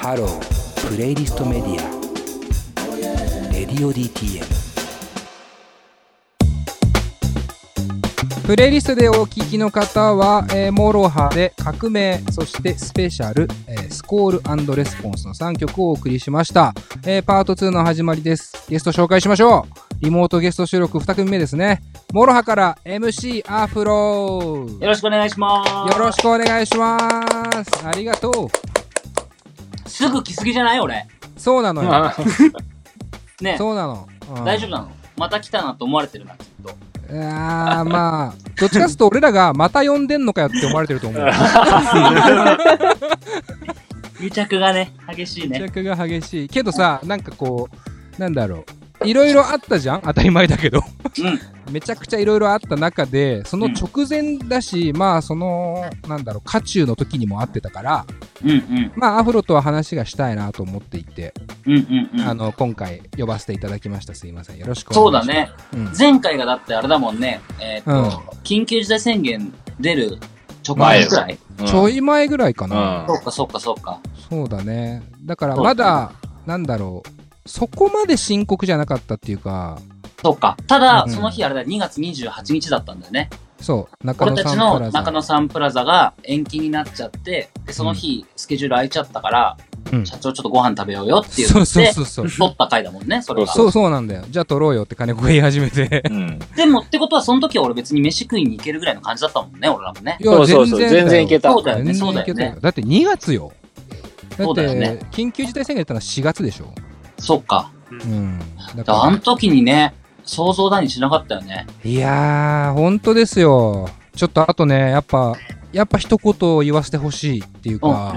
ハロープレイリストメディアレディオ DTM。 プレイリストでお聞きの方は、モロハで革命、そしてスペシャル、スコール&レスポンスの3曲をお送りしました。パート2の始まりです。ゲスト紹介しましょう。リモートゲスト収録2組目ですね。モロハから MC アフロー、 よろしくお願いします。 よろしくお願いします。ありがとう。 すぐ来すぎじゃない俺。 そうなのよね、 そうなの、 大丈夫なの？また来たなと思われてるな、きっと。 まあどっちかというと俺らがまた呼んでんのかよって思われてると思う癒着がね激しいね。 癒着が激しいけどさ、なんかこうなんだろう、いろいろあったじゃん、当たり前だけどめちゃくちゃいろいろあった中で、その直前だし、まあそのなんだろう、渦中の時にも会ってたから、まあアフロとは話がしたいなと思っていて、今回呼ばせていただきました。すいません、よろしくお願いします。 そうだね、前回がだってあれだもんね、緊急事態宣言出る直前ぐらい、 ちょい前ぐらいかな。 そうかそうだね。だからまだなんだろう、そこまで深刻じゃなかったっていうか。 そうか。ただ、その日あれだ、2月28日だったんだよね。 そう。 俺たちの中野サンプラザが延期になっちゃって、で、その日、スケジュール空いちゃったから、社長ちょっとご飯食べようよって言って、撮った回だもんね、それが。 そうなんだよ。じゃあ撮ろうよって金子が言い始めて。 でも、ってことは、その時は俺別に飯食いに行けるぐらいの感じだったもんね、俺らもね。 いや、 全然いけた。 そうだよね。 だって2月よ。だって、 ね、 緊急事態宣言だったのは4月でしょ。 そっか。 だからあの時にね、想像だにしなかったよね。 いやー、ほんとですよ。ちょっとあとね、やっぱ一言言わせてほしいっていうか、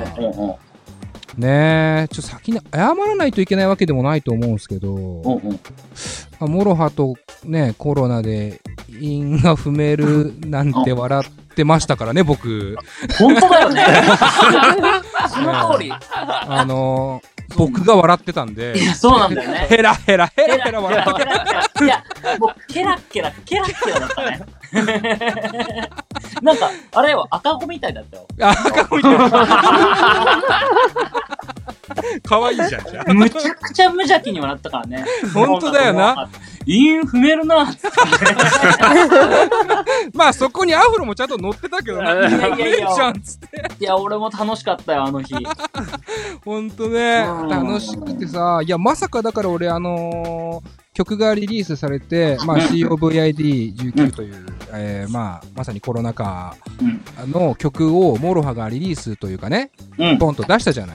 ねえ、ちょっと先に謝らないといけないわけでもないと思うんですけど、モロハとね、コロナで因が踏めるなんて笑ってましたからね、僕。 本当だよね。その通り。 僕が笑ってたんで。 いや、そうなんだよね。 ヘラヘラ笑ってた。いや、もう、ケラッケラだったね。なんか、あれよ、赤子みたいだったよ。 赤子みたいだった。かわいいじゃん、じゃあ。 むちゃくちゃ無邪気に笑ったからね。 本当だよな。 韻踏めるなって。 まあそこにアフロもちゃんと乗ってたけどね。 いや、俺も楽しかったよ、あの日。 ほんとね、楽しくてさ、いや、まさかだから俺曲がリリースされて、まあ COVID-19 という、まさにコロナ禍の曲をモロハがリリースというかね、ポンと出したじゃない。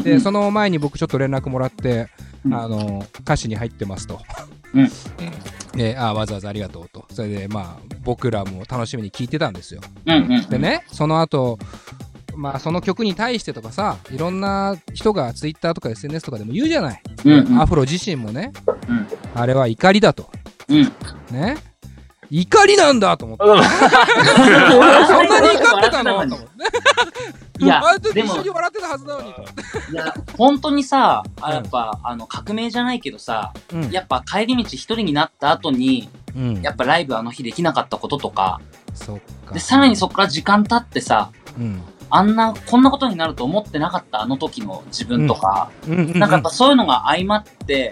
で、その前に僕ちょっと連絡もらって、歌詞に入ってますと。わざわざありがとうと。それでまあ僕らも楽しみに聴いてたんですよ。でね、その後まあその曲に対してとかさ、いろんな人が Twitter とか SNS とかでも言うじゃない。アフロ自身もね、あれは怒りだと。ね、怒りなんだと思って。そんなに怒ってたのと思って。 いや、 でも一緒に笑ってたはずなのにと。 いや、本当にさ、やっぱ革命じゃないけどさ、やっぱ帰り道一人になった後に、やっぱライブあの日できなかったこととか、でさらにそこから時間経ってさ、こんなことになると思ってなかったあの時の自分とか、なんかやっぱそういうのが相まって、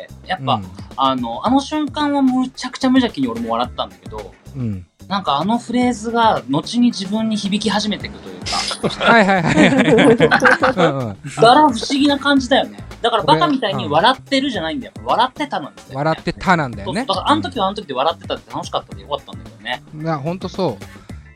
やっぱ、あの瞬間はむちゃくちゃ無邪気に俺も笑ったんだけど、なんかあのフレーズが後に自分に響き始めていくというか。だから不思議な感じだよね。だからバカみたいに笑ってるじゃないんだよ。笑ってたなんだよね。 笑ってたなんだよね。 だからあの時はあの時で笑ってたって楽しかったでよかったんだけどね。 いや、ほんとそう。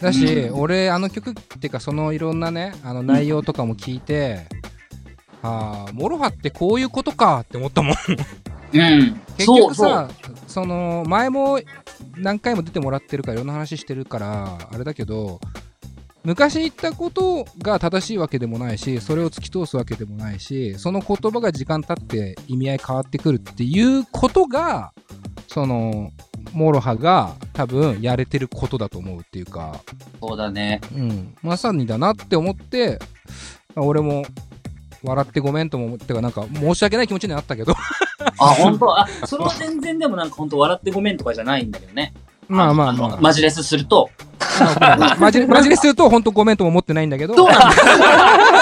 だし、俺あの曲っていうかそのいろんなね、内容とかも聞いて、モロハってこういうことかって思ったもん。結局さ、その前も何回も出てもらってるからいろんな話してるからあれだけど、昔言ったことが正しいわけでもないし、それを突き通すわけでもないし、その言葉が時間経って意味合い変わってくるっていうことが、そのモロハが多分やれてることだと思うっていうか。 そうだね。 まさにだなって思って、俺も笑ってごめんとも思ってか、なんか申し訳ない気持ちになったけど。 本当。それは全然でもなんか本当笑ってごめんとかじゃないんだけどね。マジレスすると。 マジレスすると本当ごめんとも思ってないんだけど。 そうなんだ。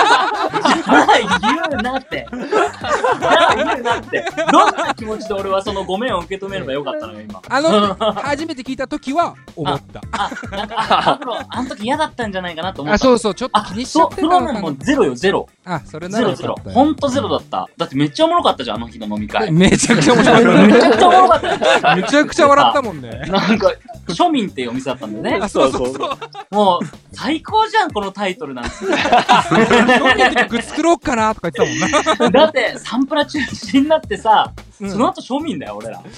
言うなって。言うなって。どんな気持ちで俺はそのごめんを受け止めればよかったのよ、今。 初めて聞いた時は思った。 なんか、あの時嫌だったんじゃないかなと思った。 そうそう、ちょっと気にしちゃってたのかな。 そう、もうゼロよ、ゼロ。 それならゼロ。ほんとゼロだった。だってめっちゃおもろかったじゃん、あの日の飲み会。 めちゃくちゃ面白い。 めちゃくちゃおもろかった。 めちゃくちゃ笑ったもんね。 なんか、庶民っていうお店だったんだよね。 そう。 もう、最高じゃん、このタイトルなんて。 庶民って曲作ろうかなとか言ってたもんな。 だって、サンプラ中止になってさ、その後庶民だよ、俺ら。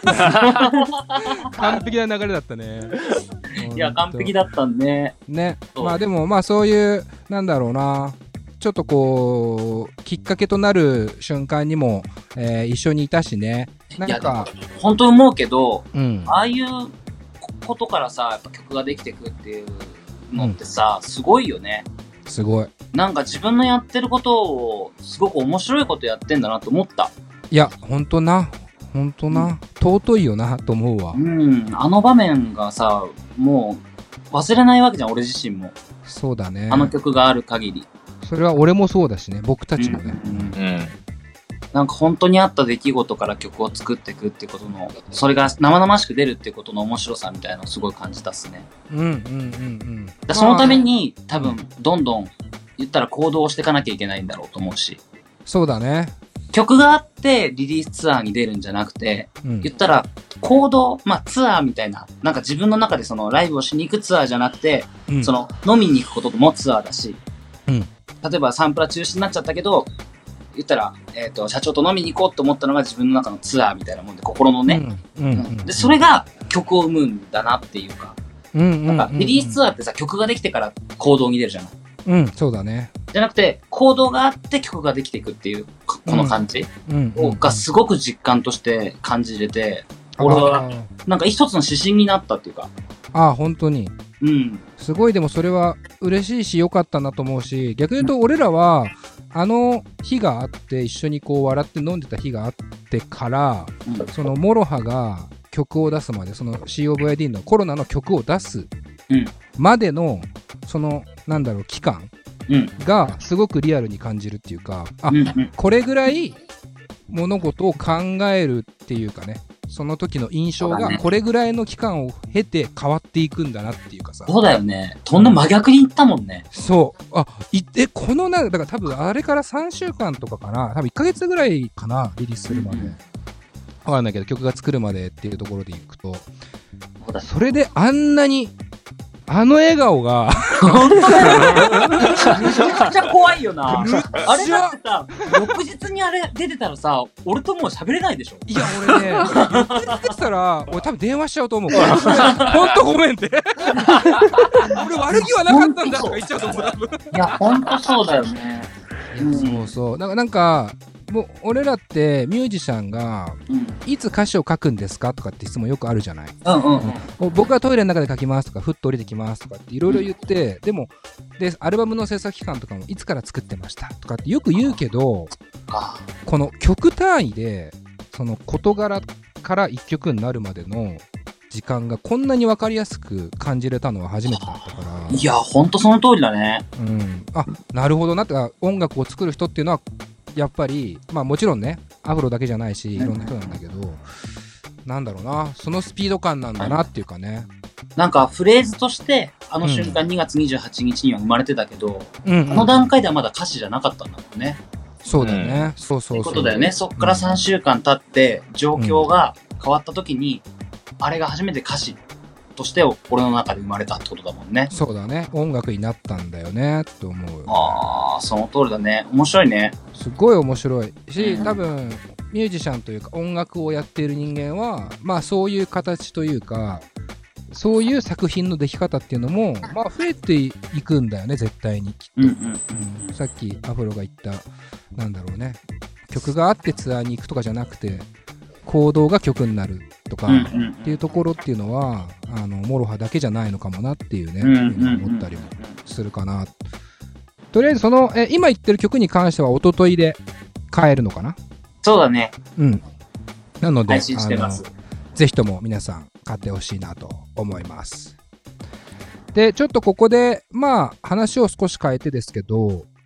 完璧な流れだったね。 いや、完璧だったんで。 ね。まあでも、まあそういう、なんだろうな。ちょっとこう、きっかけとなる瞬間にも、一緒にいたしね。なんか、 本当に思うけど、ああいうことからさ、やっぱ曲ができてくっていうのってさ、すごいよね。 すごい。 なんか自分のやってることを、すごく面白いことやってんだなと思った。 いや、ほんとな。尊いよな、と思うわ。 あの場面がさ、もう、忘れないわけじゃん、俺自身も。 そうだね。 あの曲がある限り。 それは俺もそうだしね、僕たちもね。 なんか本当にあった出来事から曲を作っていくっていうことの、それが生々しく出るっていうことの面白さみたいなのをすごい感じたっすね。そのために多分どんどん言ったら行動をしていかなきゃいけないんだろうと思うし。 そうだね。 曲があってリリースツアーに出るんじゃなくて、言ったら行動、ツアーみたいな、なんか自分の中でそのライブをしに行くツアーじゃなくて、その飲みに行くこともツアーだし、例えばサンプラ中止になっちゃったけど、言ったら、社長と飲みに行こうと思ったのが自分の中のツアーみたいなもんで、心のね。で、それが曲を生むんだなっていうか、なんかリリースツアーってさ、曲ができてから行動に出るじゃない。 そうだね。 じゃなくて、行動があって曲ができていくっていう、この感じがすごく実感として感じれて、俺は、なんか一つの指針になったっていうか。 本当に。すごい、でもそれは嬉しいし良かったなと思うし、逆に言うと俺らはあの日があって一緒にこう笑って飲んでた日があってから、そのモロハが曲を出すまで、その COVID のコロナの曲を出すまでのそのなんだろう期間がすごくリアルに感じるっていうか、これぐらい物事を考えるっていうかね、その時の印象がこれぐらいの期間を経て変わっていくんだなっていうかさ。 そうだよね。とんだ真逆に言ったもんね。 そう。このだから多分あれから3週間とかかな、多分1ヶ月ぐらいかな、リリースするまで。わかんないけど、曲が作るまでっていうところでいくと、それであんなに、あの笑顔がめちゃくちゃ怖いよな。あれだってさ、翌日にあれ出てたらさ、俺ともう喋れないでしょ。 いや俺ね、翌日出てたら俺多分電話しちゃうと思う。ほんとごめんって俺悪気はなかったんだとか言っちゃうと思う。多分いやほんとそうだよね。 そうなんかもう俺らってミュージシャンがいつ歌詞を書くんですかとかって質問よくあるじゃない。僕はトイレの中で書きますとか、ふっと降りてきますとかっていろいろ言って、でもでアルバムの制作期間とかもいつから作ってましたとかってよく言うけど、この曲単位でその事柄から一曲になるまでの時間がこんなに分かりやすく感じれたのは初めてだったから。 いやほんとその通りだね。 なるほどなって。音楽を作る人っていうのはやっぱりもちろんねアフロだけじゃないしいろんな人なんだけど、なんだろうな、そのスピード感なんだなっていうかね。 なんかフレーズとしてあの瞬間2月28日には生まれてたけど、あの段階ではまだ歌詞じゃなかったんだもんね。 そうだよね。そうってことだよね。そっから3週間経って状況が変わった時に、あれが初めて歌詞として俺の中で生まれたってことだもんね。 そうだね。音楽になったんだよねと思う。 その通りだね。面白いね。 すごい面白いし、多分ミュージシャンというか音楽をやっている人間はそういう形というかそういう作品の出来方っていうのも増えていくんだよね、絶対にきっと。さっきアフロが言ったなんだろうね、曲があってツアーに行くとかじゃなくて行動が曲になるとかっていうところっていうのはモロハだけじゃないのかもなっていうね、思ったりもするかな。とりあえずその今言ってる曲に関しては一昨日で買えるのかな。 そうだね。 なので配信してます。 ぜひとも皆さん買ってほしいなと思います。でちょっとここで話を少し変えてですけど、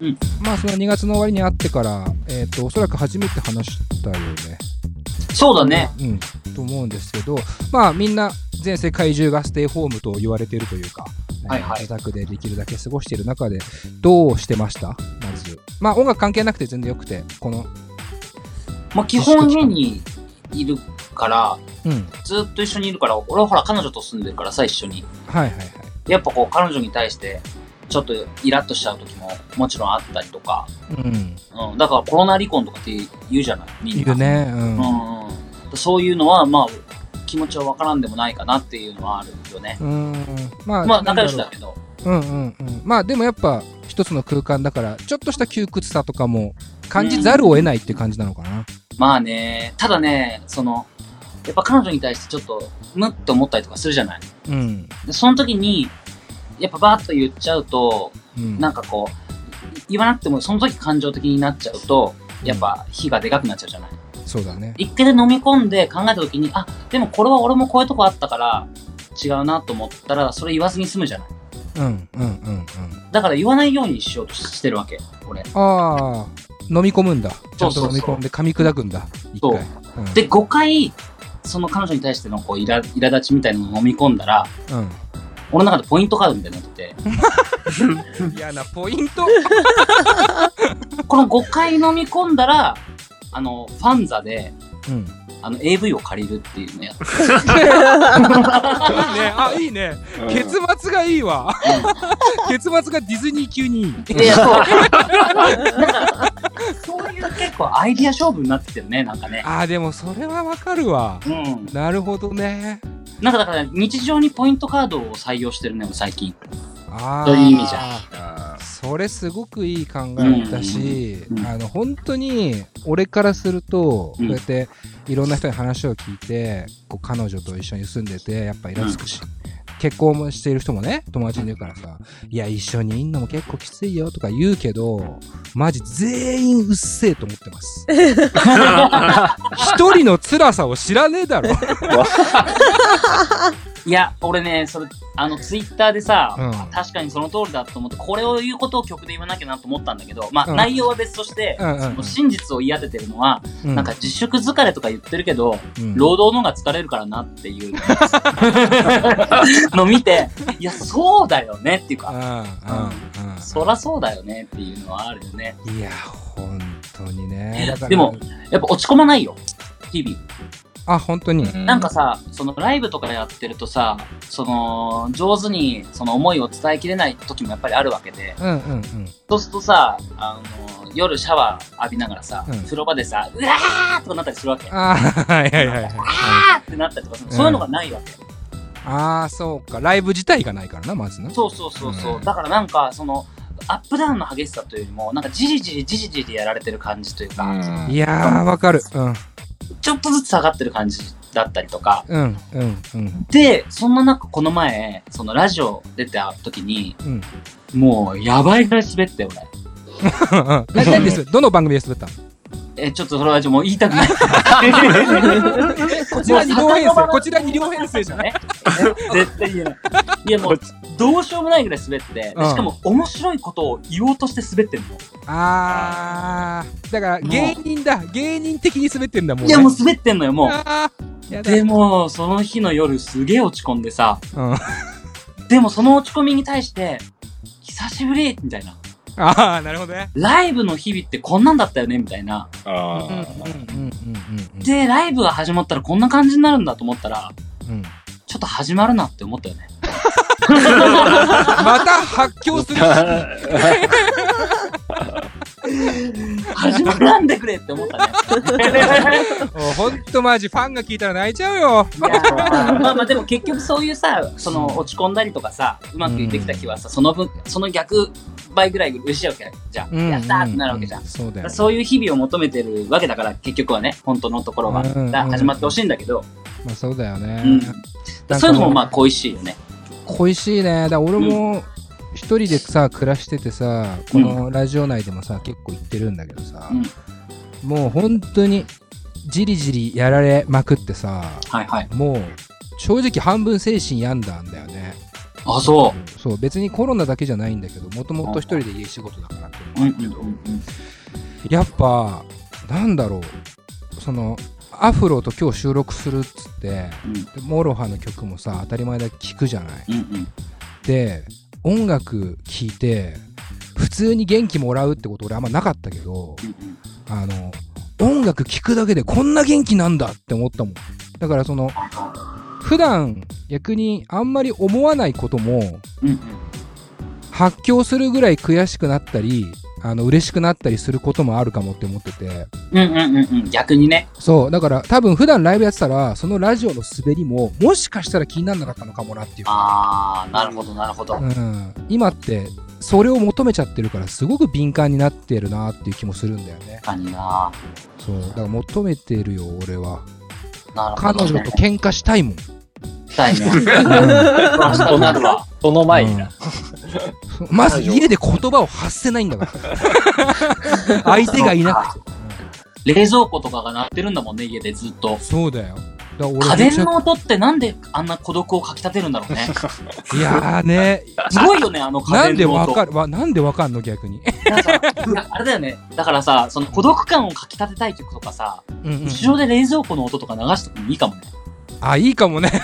まあその2月の終わりに会ってから、おそらく初めて話したよね。 そうだね。 と思うんですけど、まあみんな全世界中がステイホームと言われているというか、自宅でできるだけ過ごしている中でどうしてました？まず。まあ音楽関係なくて全然よくて、この。 まあ基本家にいるから、ずっと一緒にいるから、俺はほら彼女と住んでるからさ、一緒に。やっぱこう彼女に対してちょっとイラッとしちゃう時ももちろんあったりとか、だからコロナ離婚とかって言うじゃない、みんな。言うね。そういうのはまあ気持ちは分からんでもないかなっていうのはあるよね。まあ仲良しだけど。まあでもやっぱ一つの空間だからちょっとした窮屈さとかも感じざるを得ないって感じなのかな。 まあね、ただね、やっぱ彼女に対してちょっとムッって思ったりとかするじゃない。でその時にやっぱバーッと言っちゃうと、なんかこう言わなくてもその時感情的になっちゃうとやっぱ火がでかくなっちゃうじゃない。 そうだね。 一回で飲み込んで考えた時に、あ、でもこれは俺もこういうとこあったから違うなと思ったらそれ言わずに済むじゃない。だから言わないようにしようとしてるわけ、俺。 ああ、飲み込むんだ。ちゃんと飲み込んで噛み砕くんだ。 そう。で、5回その彼女に対してのこう苛立ちみたいなのを飲み込んだら、俺の中でポイントカードみたいになってて。 嫌なポイントこの5回飲み込んだら、ファンザで、AV を借りるっていうのやって。 いいね。結末がいいわ。結末がディズニー級にいい。 いや、そう。そういう結構アイディア勝負になってきてるね、なんかね。 でもそれはわかるわ。なるほどね。 なんかだから日常にポイントカードを採用してるね、最近。そういう意味じゃ。 それすごくいい考えだし、本当に俺からするとこうやっていろんな人に話を聞いて、こう彼女と一緒に住んでてやっぱイラつくし、結婚もしている人もね友達に言うからさ、いや一緒にいんのも結構きついよとか言うけど、マジ全員うっせえと思ってます。一人の辛さを知らねえだろ。 いや、俺ね、それ、ツイッターでさ、確かにその通りだと思って、これを言うことを曲で言わなきゃなと思ったんだけど、まあ、内容は別として、その真実を言い当ててるのは、なんか自粛疲れとか言ってるけど、労働のが疲れるからなっていうのを見て、いや、そうだよねっていうか、そらそうだよねっていうのはあるよね。 いや、本当にね。 でも、やっぱ落ち込まないよ、日々。 本当に。 なんかさ、そのライブとかやってるとさ、上手にその思いを伝えきれない時もやっぱりあるわけで、そうするとさ、夜シャワー浴びながらさ、風呂場でさ、うわーとかなったりするわけ。あーってなったりとか、そういうのがないわけ。 そうか。ライブ自体がないからな、まずな。 そう。だからなんか、アップダウンの激しさというよりも、なんかじりじりやられてる感じというか。 いやー、わかる。 ちょっとずつ下がってる感じだったりとか。で、そんな中、この前、そのラジオ出た時に、もう、やばいぐらい滑って、俺。 何です？どの番組で滑ったの？ ちょっとそれはもう言いたくない。 こちら2両編成じゃない？ 絶対言えない。いやもう、どうしようもないぐらい滑って、しかも面白いことを言おうとして滑ってるの。 だから芸人だ。芸人的に滑ってんだもんね。 いやもう滑ってんのよ、もう。でも、その日の夜すげえ落ち込んでさ、でもその落ち込みに対して、久しぶりみたいな。 なるほどね。 ライブの日々ってこんなんだったよねみたいな。で、ライブが始まったらこんな感じになるんだと思ったら、ちょっと始まるなって思ったよね。 また発狂する。 始まらんでくれって思ったね。 ほんとマジファンが聞いたら泣いちゃうよ。 まあでも結局そういうさ、落ち込んだりとかさ、うまくいってきた日はさ、その逆倍ぐらい嬉しいわけじゃん。やったーってなるわけじゃん。そういう日々を求めてるわけだから、結局はね、本当のところは始まってほしいんだけど。 まあそうだよね。 そういうのもまあ恋しいよね。 恋しいね。だ俺も一人でさ暮らしててさ、このラジオ内でもさ結構言ってるんだけどさ、もう本当にじりじりやられまくってさ、もう正直半分精神病んだんだよね。 あ、そう。 そう、別にコロナだけじゃないんだけど、もともと一人で家仕事だからって思うけど、やっぱ、なんだろう、その、アフロと今日収録するっつって、モロハの曲もさ、当たり前だけ聴くじゃない。で、音楽聴いて、普通に元気もらうってこと俺あんまなかったけど、音楽聴くだけでこんな元気なんだって思ったもん。だからその、普段逆にあんまり思わないことも、発狂するぐらい悔しくなったり、嬉しくなったりすることもあるかもって思ってて。 逆にね。 そう。だから多分普段ライブやってたら、そのラジオの滑りも、もしかしたら気にならなかったのかもなっていう。 あー、なるほど、なるほど。 今って、それを求めちゃってるから、すごく敏感になってるなっていう気もするんだよね。 確かにな。 そう。だから求めてるよ、俺は。 なるほど、ね。 彼女と喧嘩したいもん。 したいね。そうなるわ。 その前にな。 まず家で言葉を発せないんだから。相手がいなくて。冷蔵庫とかが鳴ってるんだもんね、家でずっと。 そうだよ。 家電の音ってなんであんな孤独をかき立てるんだろうね。 いやーね。 すごいよね、家電の音。 なんでわかんの逆に。 あれだよね。だからさ、その孤独感をかき立てたい曲とかさ、後ろで冷蔵庫の音とか流してもいいかもね。 あ、いいかもね。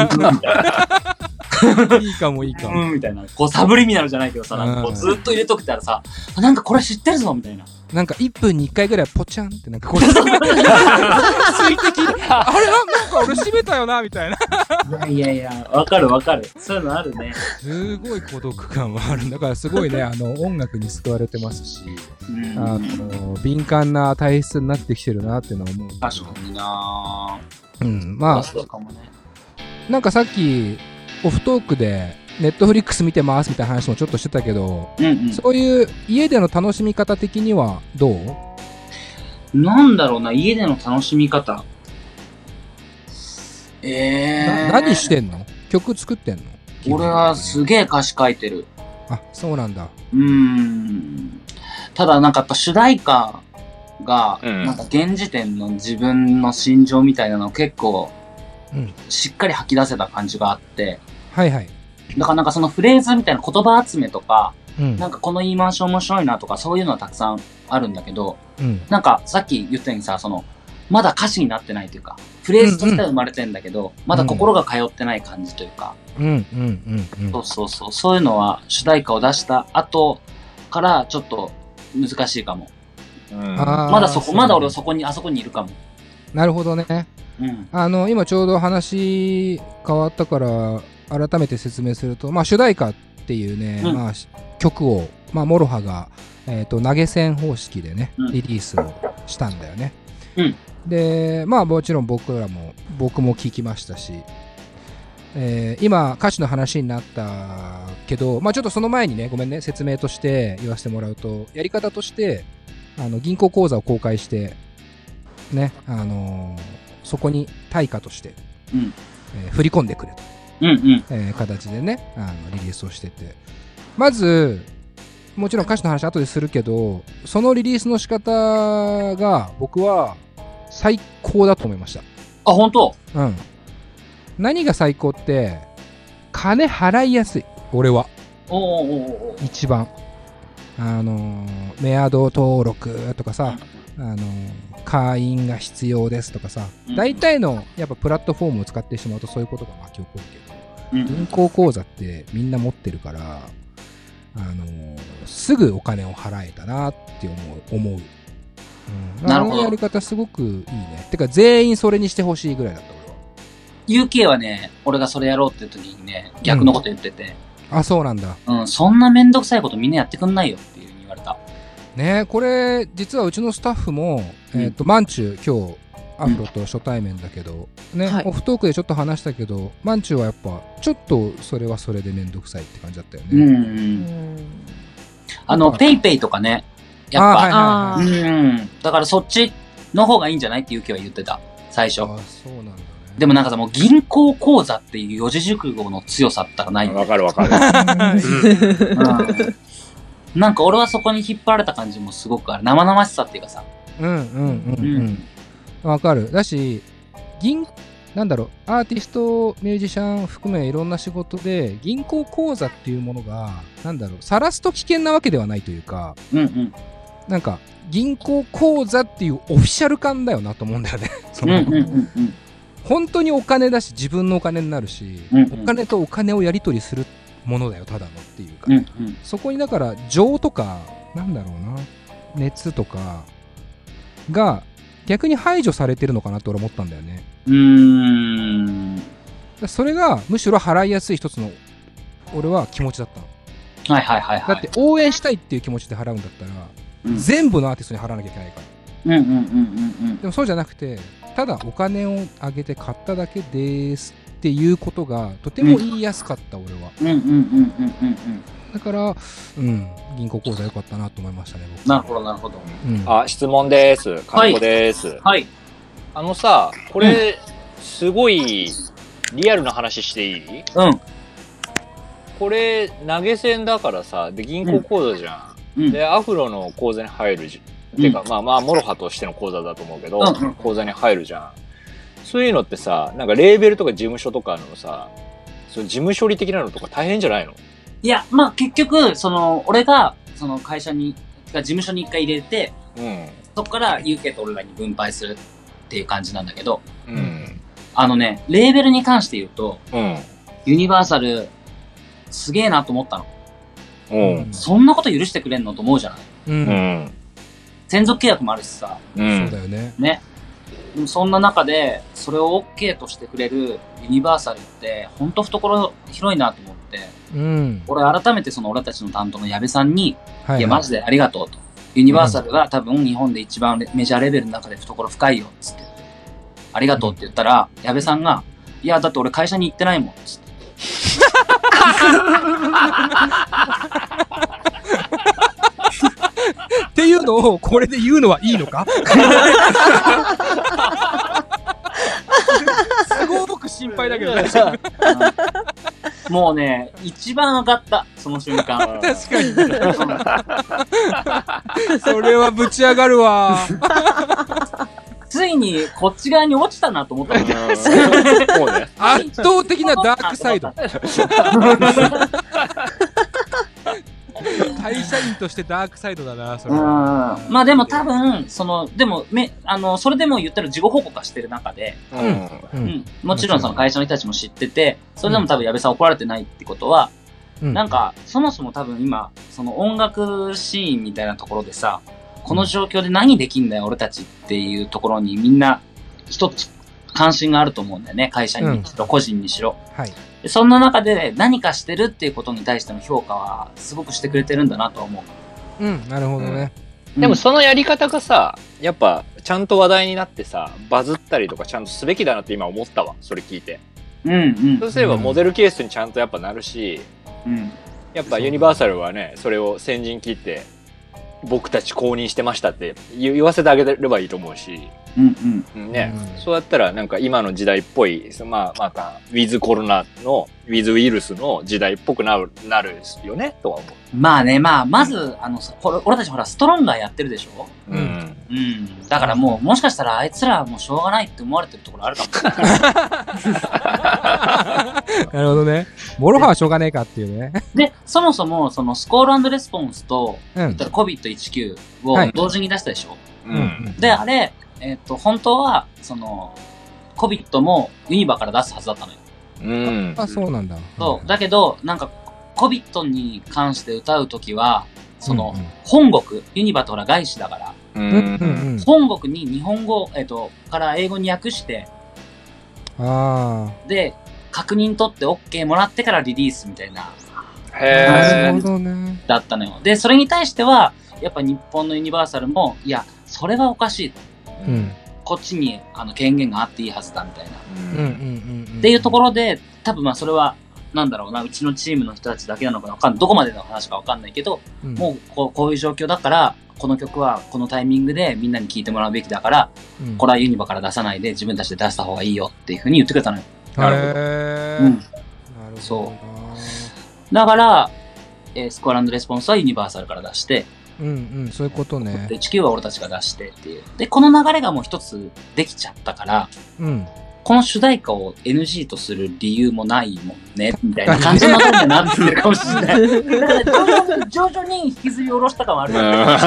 いいかも。 みたいな。こうサブリミナルじゃないけどさ、なんかこうずっと入れとくたらさ、なんかこれ知ってるぞみたいな。 なんか1分に1回ぐらいポチャンってなんかこう水滴あれなんか俺閉めたよなみたいな。 いやわかるそういうのあるね。 すごい孤独感はあるんだからすごいね音楽に救われてますし、敏感な体質になってきてるなっていうのは思う。 確かにな。 まあそうかもね。なんかさっきオフトークでネットフリックス見てますみたいな話もちょっとしてたけど、そういう家での楽しみ方的にはどう？ なんだろうな、家での楽しみ方。 何してんの？曲作ってんの？ 俺はすげえ歌詞書いてる。 あ、そうなんだ。 ただなんかやっぱ主題歌が、なんか現時点の自分の心情みたいなのを結構、しっかり吐き出せた感じがあって。 はいはい。 だからなんかそのフレーズみたいな言葉集めとか、なんかこの言い回し面白いなとかそういうのはたくさんあるんだけど、なんかさっき言ったようにさ、その、まだ歌詞になってないというか、フレーズとしては生まれてんだけど、まだ心が通ってない感じというか、そういうのは主題歌を出した後からちょっと難しいかも。まだ俺はあそこにいるかも。 なるほどね。今ちょうど話変わったから改めて説明すると、主題歌っていうね、曲を、モロハが、投げ銭方式でね、リリースをしたんだよね。で、もちろん僕も聞きましたし、今歌詞の話になったけど、ちょっとその前にね、ごめんね、説明として言わせてもらうと、やり方として銀行口座を公開してね、そこに対価として、振り込んでくれと、形でねリリースをしてて、まずもちろん歌詞の話後でするけど、そのリリースの仕方が僕は最高だと思いました。 あ、本当？ 何が最高って、金払いやすい。俺は一番メアド登録とかさ、会員が必要ですとかさ、大体のやっぱプラットフォームを使ってしまうとそういうことが巻き起こるけど、銀行口座ってみんな持ってるから、すぐお金を払えたなって思う。 なるほど。 やり方すごくいいね。てか全員それにしてほしいぐらいだった。 俺は UK はね、俺がそれやろうって時にね、逆のこと言ってて、 あ、そうなんだ。 そんなめんどくさいことみんなやってくんないよっていう風に言われた。 ね、これ実はうちのスタッフも、マンチュ今日アフロと初対面だけど、オフトークでちょっと話したけど、マンチュはやっぱちょっとそれはそれでめんどくさいって感じだったよね。 ペイペイとかね、やっぱ、だからそっちの方がいいんじゃないってゆきは言ってた、最初。 あ、そうなんだね。 でもなんかさ、もう銀行口座っていう四字熟語の強さったらないよね。 わかる。 なんか俺はそこに引っ張られた感じもすごくある。生々しさっていうかさ。 わかる。だし、銀なんだろう、アーティスト、ミュージシャン含めいろんな仕事で、銀行口座っていうものが、なんだろう、晒すと危険なわけではないというか、なんか、銀行口座っていうオフィシャル感だよなと思うんだよね。本当にお金だし、自分のお金になるし、お金とお金をやり取りするものだよ、ただのっていうか。そこにだから、情とか、なんだろうな、熱とかが、逆に排除されてるのかなって俺思ったんだよね。それがむしろ払いやすい一つの俺は気持ちだったの。だって応援したいっていう気持ちで払うんだったら、全部のアーティストに払わなきゃいけないから。でもそうじゃなくて、ただお金をあげて買っただけですっていうことがとても言いやすかった、俺は。だから、銀行口座良かったなと思いましたね、僕。 なるほど、なるほど。 あ、質問です。金子です。 はい。 さ、これ、すごい、リアルな話していい？これ、投げ銭だからさ、で、銀行口座じゃん。で、アフロの口座に入るてか、モロハとしての口座だと思うけど、口座に入るじゃん。そういうのってさ、なんかレーベルとか事務所とかのさ、その事務処理的なのとか大変じゃないの？ いや、結局、俺が、会社に、事務所に一回入れて、そこから UK と俺らに分配するっていう感じなんだけど、レーベルに関して言うと、ユニバーサル、すげえなと思ったの。そんなこと許してくれんのと思うじゃない？専属契約もあるしさ。 そうだよね。 ね。そんな中で、それを OK としてくれるユニバーサルって、ほんと懐広いなと思って、俺改めて俺たちの担当の矢部さんに、いやマジでありがとうと。ユニバーサルが多分日本で一番メジャーレベルの中で懐深いよ、つって。ありがとうって言ったら、矢部さんが、いや、だって俺会社に行ってないもん、つって。 っていうのをこれで言うのはいいのか？すごく心配だけどね。 もうね、一番上がった、その瞬間。 確かに。それはぶち上がるわ。 ついにこっち側に落ちたなと思ったの。 圧倒的なダークサイド。会社員としてダークサイドだな、それは。 でも多分、でも、それでも言ったら事後報告はしてる中で、もちろんその会社の人たちも知ってて、それでも多分矢部さん怒られてないってことは、なんか、そもそも多分今、音楽シーンみたいなところでさ、この状況で何できんだよ、俺たちっていうところにみんな、一つ関心があると思うんだよね、会社にしろ、個人にしろ。そんな中で何かしてるっていうことに対しての評価はすごくしてくれてるんだなと思う。なるほどね。 でもそのやり方がさ、やっぱちゃんと話題になってさ、バズったりとかちゃんとすべきだなって今思ったわ、それ聞いて。そうすればモデルケースにちゃんとやっぱなるし、やっぱユニバーサルはね、それを先陣切って、僕たち公認してましたって言わせてあげればいいと思うし、そうやったらなんか今の時代っぽい、またウィズコロナのウィズウイルスの時代っぽくなるよねとは思う。 まず俺たちほらストロンガーやってるでしょ。だからもしかしたらあいつらはもうしょうがないって思われてるところあるかも。 なるほどね。モロハはしょうがねえかっていうね。 で、そもそもそのスコール&レスポンスと、COVID-19 を同時に出したでしょ。で、あれ、本当はCOVID もユニバから出すはずだったのよ。 そうなんだ。 そう。だけど、なんか、COVID に関して歌うときは、本国、ユニバとほら外資だから、本国に日本語、から英語に訳して、で、確認取って OK もらってからリリースみたいな。 なるほどね。 だったのよ。で、それに対しては、やっぱ日本のユニバーサルも、いや、それはおかしい。こっちに権限があっていいはずだみたいな。っていうところで、多分それは、なんだろうな、うちのチームの人たちだけなのかわかんない。どこまでの話かわかんないけど、もうこういう状況だから、この曲はこのタイミングでみんなに聴いてもらうべきだから、これはユニバから出さないで自分たちで出した方がいいよっていうふうに言ってくれたのよ。 なるほど。 そう。だから、スコアランドレスポンスはユニバーサルから出して、 そういうことね。 で、地球は俺たちが出してっていう。で、この流れがもう一つできちゃったから、 この主題歌を NG とする理由もないもんね、みたいな感じの流れになってるかもしれない。だから徐々に引きずり下ろした感はある。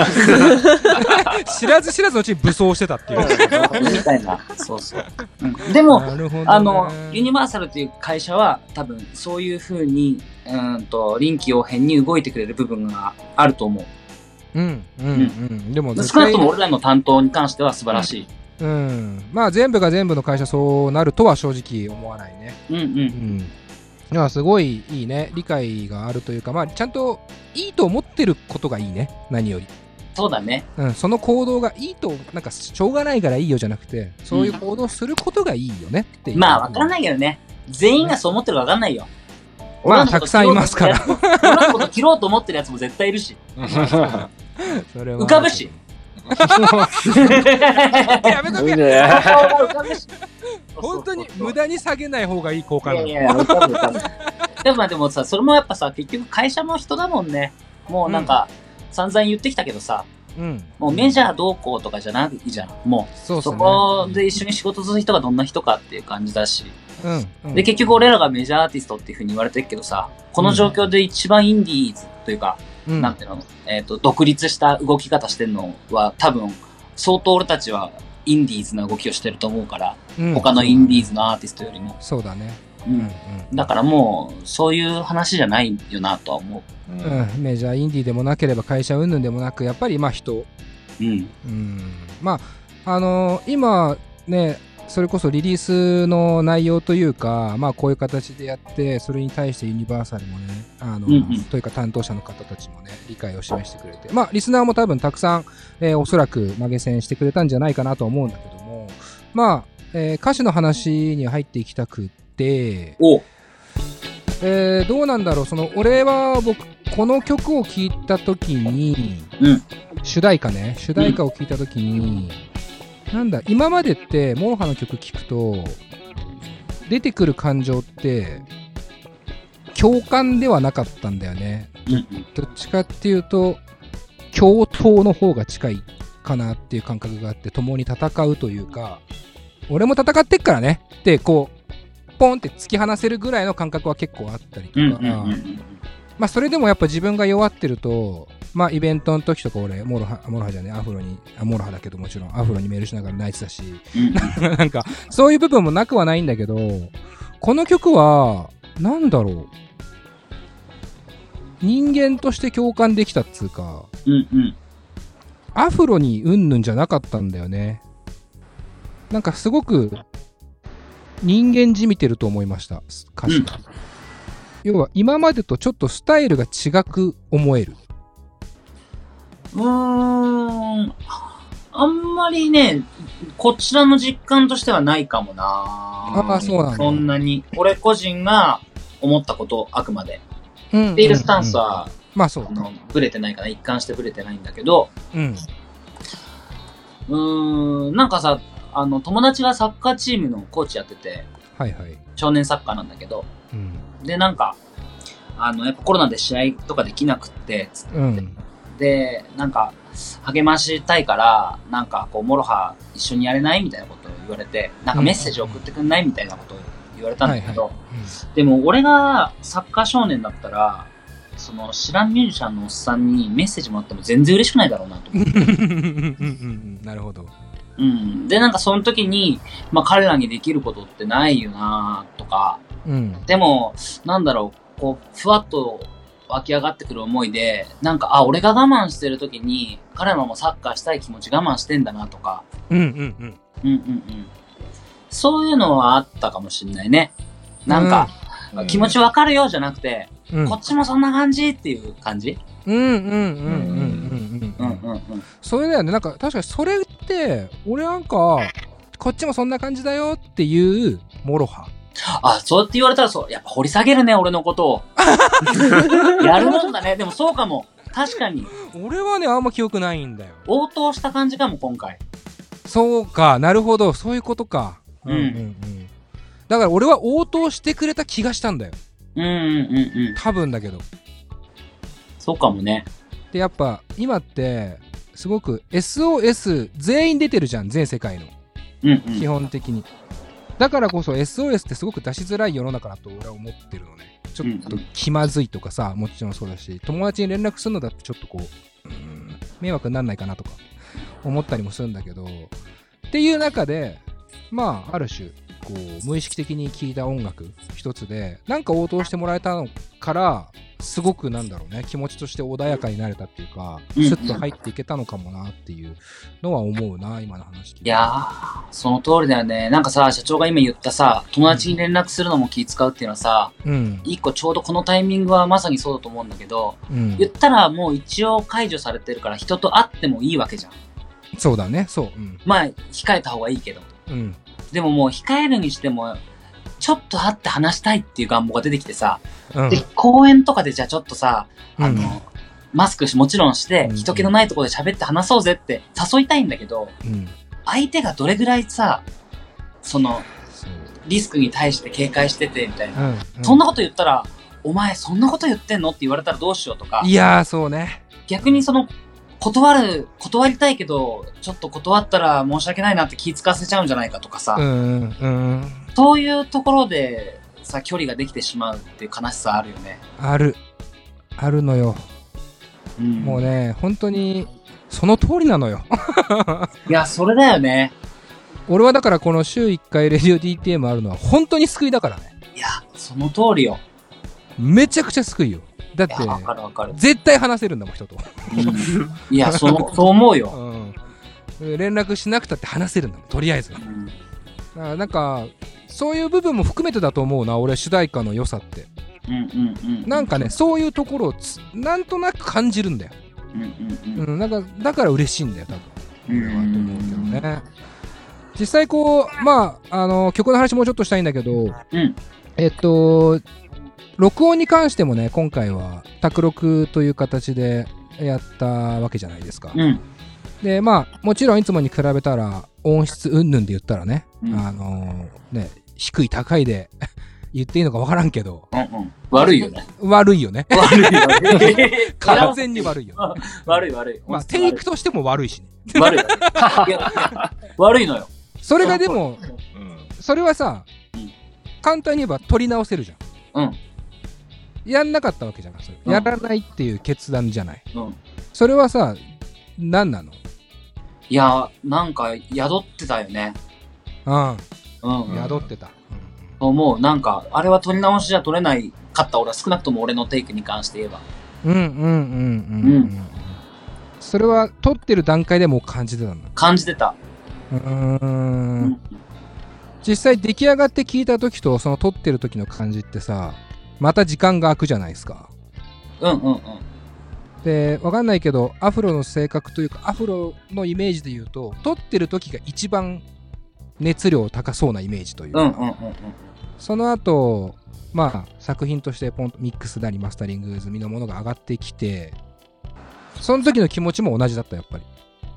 知らず知らずのうちに武装してたっていう。 みたいな。そうそう。でも、ユニバーサルっていう会社は多分そういう風に、臨機応変に動いてくれる部分があると思う。でも少なくとも俺らの担当に関しては素晴らしい。 まあ全部が全部の会社そうなるとは正直思わないね。いやすごいいいね、理解があるというか、まあちゃんといいと思ってることがいいね、何より。 そうだね。 その行動がいいと、なんかしょうがないからいいよじゃなくて、そういう行動することがいいよねっていう。 まあ分かんないけどね、全員がそう思ってるか分かんないよ。 まあたくさんいますから。 俺のこと切ろうと思ってるやつも絶対いるし。浮かぶし。 やめとけ。本当に無駄に下げない方がいい好感度。 でもさ、それもやっぱさ、結局会社の人だもんね。もうなんか、散々言ってきたけどさ、もうメジャーどうこうとかじゃないじゃん。もうそこで一緒に仕事する人がどんな人かっていう感じだし。で結局俺らがメジャーアーティストっていう風に言われてるけどさ、この状況で一番インディーズというか、なんていうの、独立した動き方してるのは多分相当俺たちはインディーズな動きをしてると思うから、他のインディーズのアーティストよりも。 そうだね。 だからもうそういう話じゃないよなとは思う。メジャーインディーでもなければ会社云々でもなく、やっぱりまあ人。まあ今ね、それこそリリースの内容というか、まあこういう形でやって、それに対してユニバーサルもね、というか担当者の方たちもね、理解を示してくれて、まあリスナーも多分たくさん、おそらく投げ銭してくれたんじゃないかなと思うんだけども、まあ、歌詞の話に入っていきたくって、どうなんだろう、俺はこの曲を聴いたときに、主題歌を聴いたときに、なんだ、今までってモロハの曲聴くと出てくる感情って共感ではなかったんだよね。どっちかっていうと共闘の方が近いかなっていう感覚があって、共に戦うというか、俺も戦ってっからねってこうポンって突き放せるぐらいの感覚は結構あったりとか、まあそれでもやっぱ自分が弱ってると、まあイベントの時とか俺モロハじゃね、モロハだけどもちろんアフロにメールしながら泣いてたし、なんかそういう部分もなくはないんだけど、この曲はなんだろう、人間として共感できたっつうか、アフロにうんぬんじゃなかったんだよね。なんかすごく人間じみてると思いました、歌詞が。要は今までとちょっとスタイルが違く思える。 あんまりね、こちらの実感としてはないかもな。 そうなんだ。 そんなに俺個人が思ったこと、あくまでっているスタンスは、 まあそうか、 ブレてないかな、一貫してブレてないんだけど、なんかさ、友達がサッカーチームのコーチやってて、少年サッカーなんだけど、でなんかやっぱコロナで試合とかできなくってつって、でなんか励ましたいからなんかこうモロハ一緒にやれないみたいなことを言われて、なんかメッセージ送ってくんないみたいなことを言われたんだけど、でも俺がサッカー少年だったらその知らんミュージシャンのおっさんにメッセージもらっても全然嬉しくないだろうなと思って。 なるほど。 でなんかその時に、まあ、彼らにできることってないよなとか、でもなんだろう、こうふわっと湧き上がってくる思いで、なんか俺が我慢してる時に彼らもサッカーしたい気持ち我慢してんだなとか、そういうのはあったかもしれないね。なんか、気持ちわかるよじゃなくて、こっちもそんな感じっていう感じ。 それだよね。なんか確かにそれって俺なんかこっちもそんな感じだよっていうモロハ。 そうやって言われたらそう、やっぱ掘り下げるね、俺のことを。やるもんだね。でもそうかも。確かに。 俺はね、あんま記憶ないんだよ。 応答した感じかも、今回。 そうか、なるほど、そういうことか。だから俺は応答してくれた気がしたんだよ。多分だけど。 そうかもね。 で、やっぱ今ってすごく SOS 全員出てるじゃん、全世界の。基本的に。 だからこそ SOS ってすごく出しづらい世の中だと俺は思ってるのね。ちょっと気まずいとかさ、もちろんそうだし、友達に連絡するのだってちょっとこう、迷惑にならないかなとか思ったりもするんだけど、っていう中で、まあ、ある種、こう、無意識的に聴いた音楽一つで、なんか応答してもらえたのから、すごくなんだろうね、気持ちとして穏やかになれたっていうか、スッと入っていけたのかもなっていうのは思うな、今の話聞いて。 いやー、その通りだよね。なんかさ、社長が今言ったさ、友達に連絡するのも気使うっていうのはさ、一個ちょうどこのタイミングはまさにそうだと思うんだけど、言ったらもう一応解除されてるから人と会ってもいいわけじゃん。 そうだね、そう。 まあ、控えた方がいいけど。でももう控えるにしても、ちょっと会って話したいっていう願望が出てきてさ、で、公園とかでじゃあちょっとさ、マスクもちろんして、人気のないところで喋って話そうぜって誘いたいんだけど、相手がどれぐらいさ、その、リスクに対して警戒してて、みたいな。そんなこと言ったら、お前そんなこと言ってんのって言われたらどうしようとか。 いやー、そうね。 逆にその、断りたいけど、ちょっと断ったら申し訳ないなって気使わせちゃうんじゃないかとかさ。そういうところでさ、距離ができてしまうっていう悲しさあるよね。 あるのよ。もうね、本当に、その通りなのよ。 いや、それだよね。 俺はだからこの週1回レディオ DTM あるのは本当に救いだからね。 いや、その通りよ。 めちゃくちゃ救いよ。だって、 わかる。 絶対話せるんだもん、人と。 いや、そう思うよ。 連絡しなくたって話せるんだもん、とりあえず。なんか、そういう部分も含めてだと思うな、俺、主題歌の良さって。なんかね、そういうところをなんとなく感じるんだよ。だから嬉しいんだよ、多分。俺はと思うけどね。実際こう、まあ、曲の話もうちょっとしたいんだけど、録音に関してもね、今回は卓録という形でやったわけじゃないですか。で、まあ、もちろんいつもに比べたら音質云々で言ったらね、ね、低い高いで言っていいのか分からんけど、 悪いよね。 悪いよね。完全に悪いよね。 悪い。 まあ、テイクとしても悪いしね。 悪い。悪いのよ。 それがでも、それはさ、簡単に言えば取り直せるじゃん。やんなかったわけじゃん。やらないっていう決断じゃない。それはさ、何なの？ いや、なんか宿ってたよね。 宿ってた。 思う。なんか、あれは取り直しじゃ取れないかった。俺は少なくとも俺のテイクに関して言えば。それは取ってる段階でもう感じてたんだ。 感じてた。 実際出来上がって聞いた時とその撮ってる時の感じってさ、また時間が空くじゃないですか。で、わかんないけど、アフロの性格というか、アフロのイメージで言うと、撮ってる時が一番熱量高そうなイメージというか、その後、まあ、作品としてポンとミックスなりマスタリング済みのものが上がってきて、その時の気持ちも同じだった、やっぱり。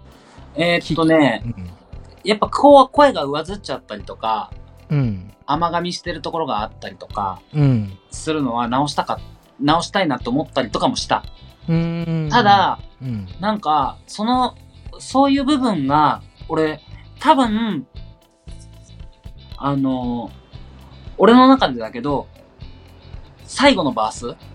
やっぱ声が上ずっちゃったりとか、甘噛みしてるところがあったりとか、するのは直したいなと思ったりとかもした。ただ、なんか、そういう部分が、俺、多分、俺の中でだけど、最後のバー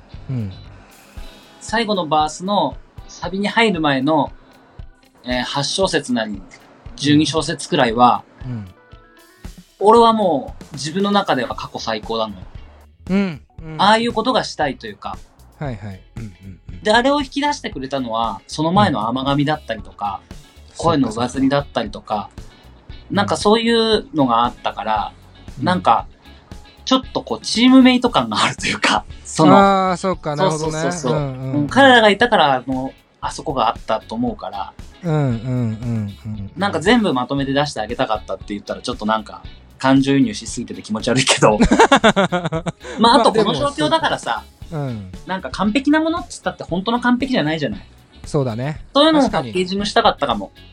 スのサビに入る前の、8小節なり、12小節くらいは、俺はもう自分の中では過去最高なの。ああいうことがしたいというか。で、あれを引き出してくれたのは、その前の甘噛みだったりとか、声の上ずりだったりとか、なんかそういうのがあったから、なんか、ちょっとこう、チームメイト感があるというか、 ああ、そうか、なるほどね。 彼らがいたから、あそこがあったと思うから、なんか全部まとめて出してあげたかったって言ったら、ちょっとなんか、感情移入しすぎてて気持ち悪いけど。まあ、あとこの状況だからさ、なんか完璧なものって言ったって本当の完璧じゃないじゃない。 そうだね。 そういうのをパッケージングしたかったかも。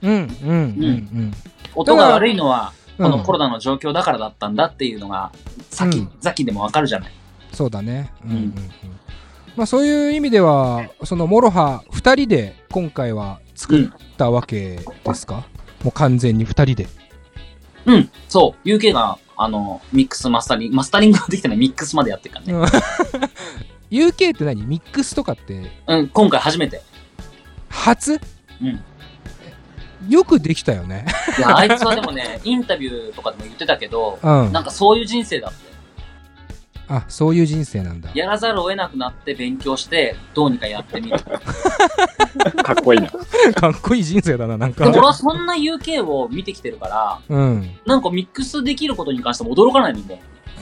音が悪いのは、このコロナの状況だからだったんだっていうのが、先でもわかるじゃない。 そうだね。まあそういう意味では、そのモロハ2人で今回は作ったわけですか？もう完全に2人で。 そう。UK がミックスマスタリングができたらミックスまでやってるからね。 UK って何？ミックスとかって。 うん、今回初めて。 初？ うん。 よくできたよね。 いや、あいつはでもね、インタビューとかでも言ってたけど、なんかそういう人生だって。 あ、そういう人生なんだ。 やらざるを得なくなって勉強して、どうにかやってみる。 かっこいいな。 かっこいい人生だな、なんか。 でも俺はそんな UK を見てきてるから、なんかミックスできることに関しても驚かないのもん。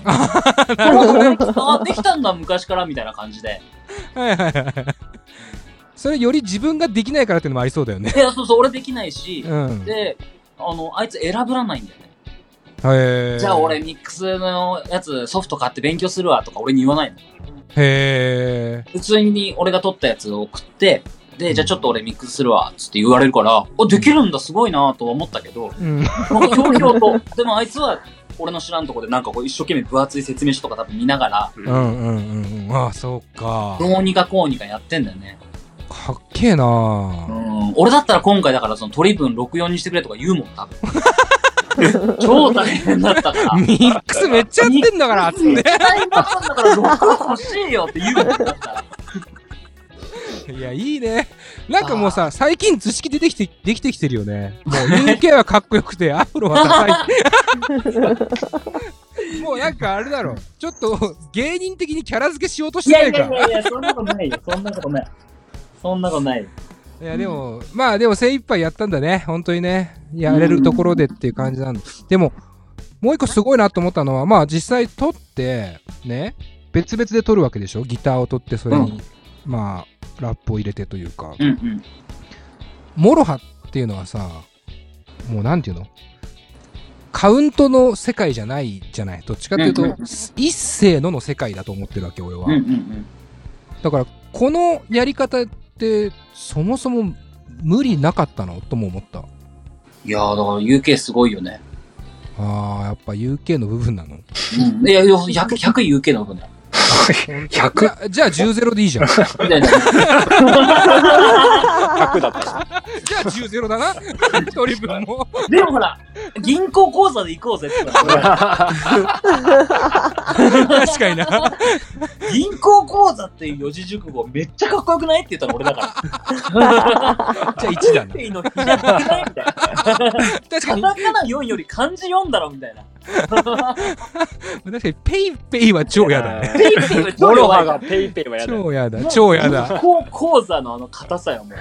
あ、できたんだ、昔から、みたいな感じで。 はいはいはい。それより自分ができないからっていうのもありそうだよね。 いや、そうそう、俺できないし、で、あいつ選ぶらないんだよね。じゃあ俺ミックスのやつソフト買って勉強するわとか俺に言わないの。 へー。 普通に俺が撮ったやつを送って、で、じゃあちょっと俺ミックスするわつって言われるから、できるんだすごいなとは思ったけど、なんかひょうひょうと、でもあいつは俺の知らんとこでなんかこう一生懸命分厚い説明書とか多分見ながら、 ああ、そうか。 どうにかこうにかやってんだよね。 かっけえな俺だったら今回だからその取り分64にしてくれとか言うもん、多分。超大変だったから。 ミックスめっちゃやってんだからつって。 大変だったんだから6欲しいよって言うもんだったら。 いや、いいね。なんかもうさ、最近図式でできてきてるよね。もう UK はかっこよくて、アフロは高い。もうなんかあれだろ。ちょっと芸人的にキャラ付けしようとしてないか。 いや、そんなことないよ。そんなことない。そんなことない。 いやでも、まあでも精一杯やったんだね。本当にね。やれるところでっていう感じなんで。でも、もう一個すごいなと思ったのは、まあ実際撮って、ね、別々で撮るわけでしょ？ギターを撮って、それに、まあ、ラップを入れてというか。モロハっていうのはさ、もうなんていうの？カウントの世界じゃないじゃない。どっちかっていうと、一斉の世界だと思ってるわけ、俺は。だから、このやり方って、そもそも無理なかったのとも思った。 いやー、だから UK すごいよね。 あー、やっぱ UK の部分なの？ いや、100 UK の部分だよ。 100? じゃあ10-0でいいじゃん。 100だった。 じゃあ10-0だな。一人分も。 でもほら、銀行口座で行こうぜって確かにな。 銀行口座っていう四字熟語めっちゃかっこよくないって言ったの俺だから。 じゃあ1だな。 ペイの日じゃなくないみたいな。確かに。 カタカナ4より漢字4だろみたいな。 確かにペイペイは超やだね。 ペイペイは超やだ。 ペイペイはやだ。 超やだ。超やだ。 口座の硬さよもう。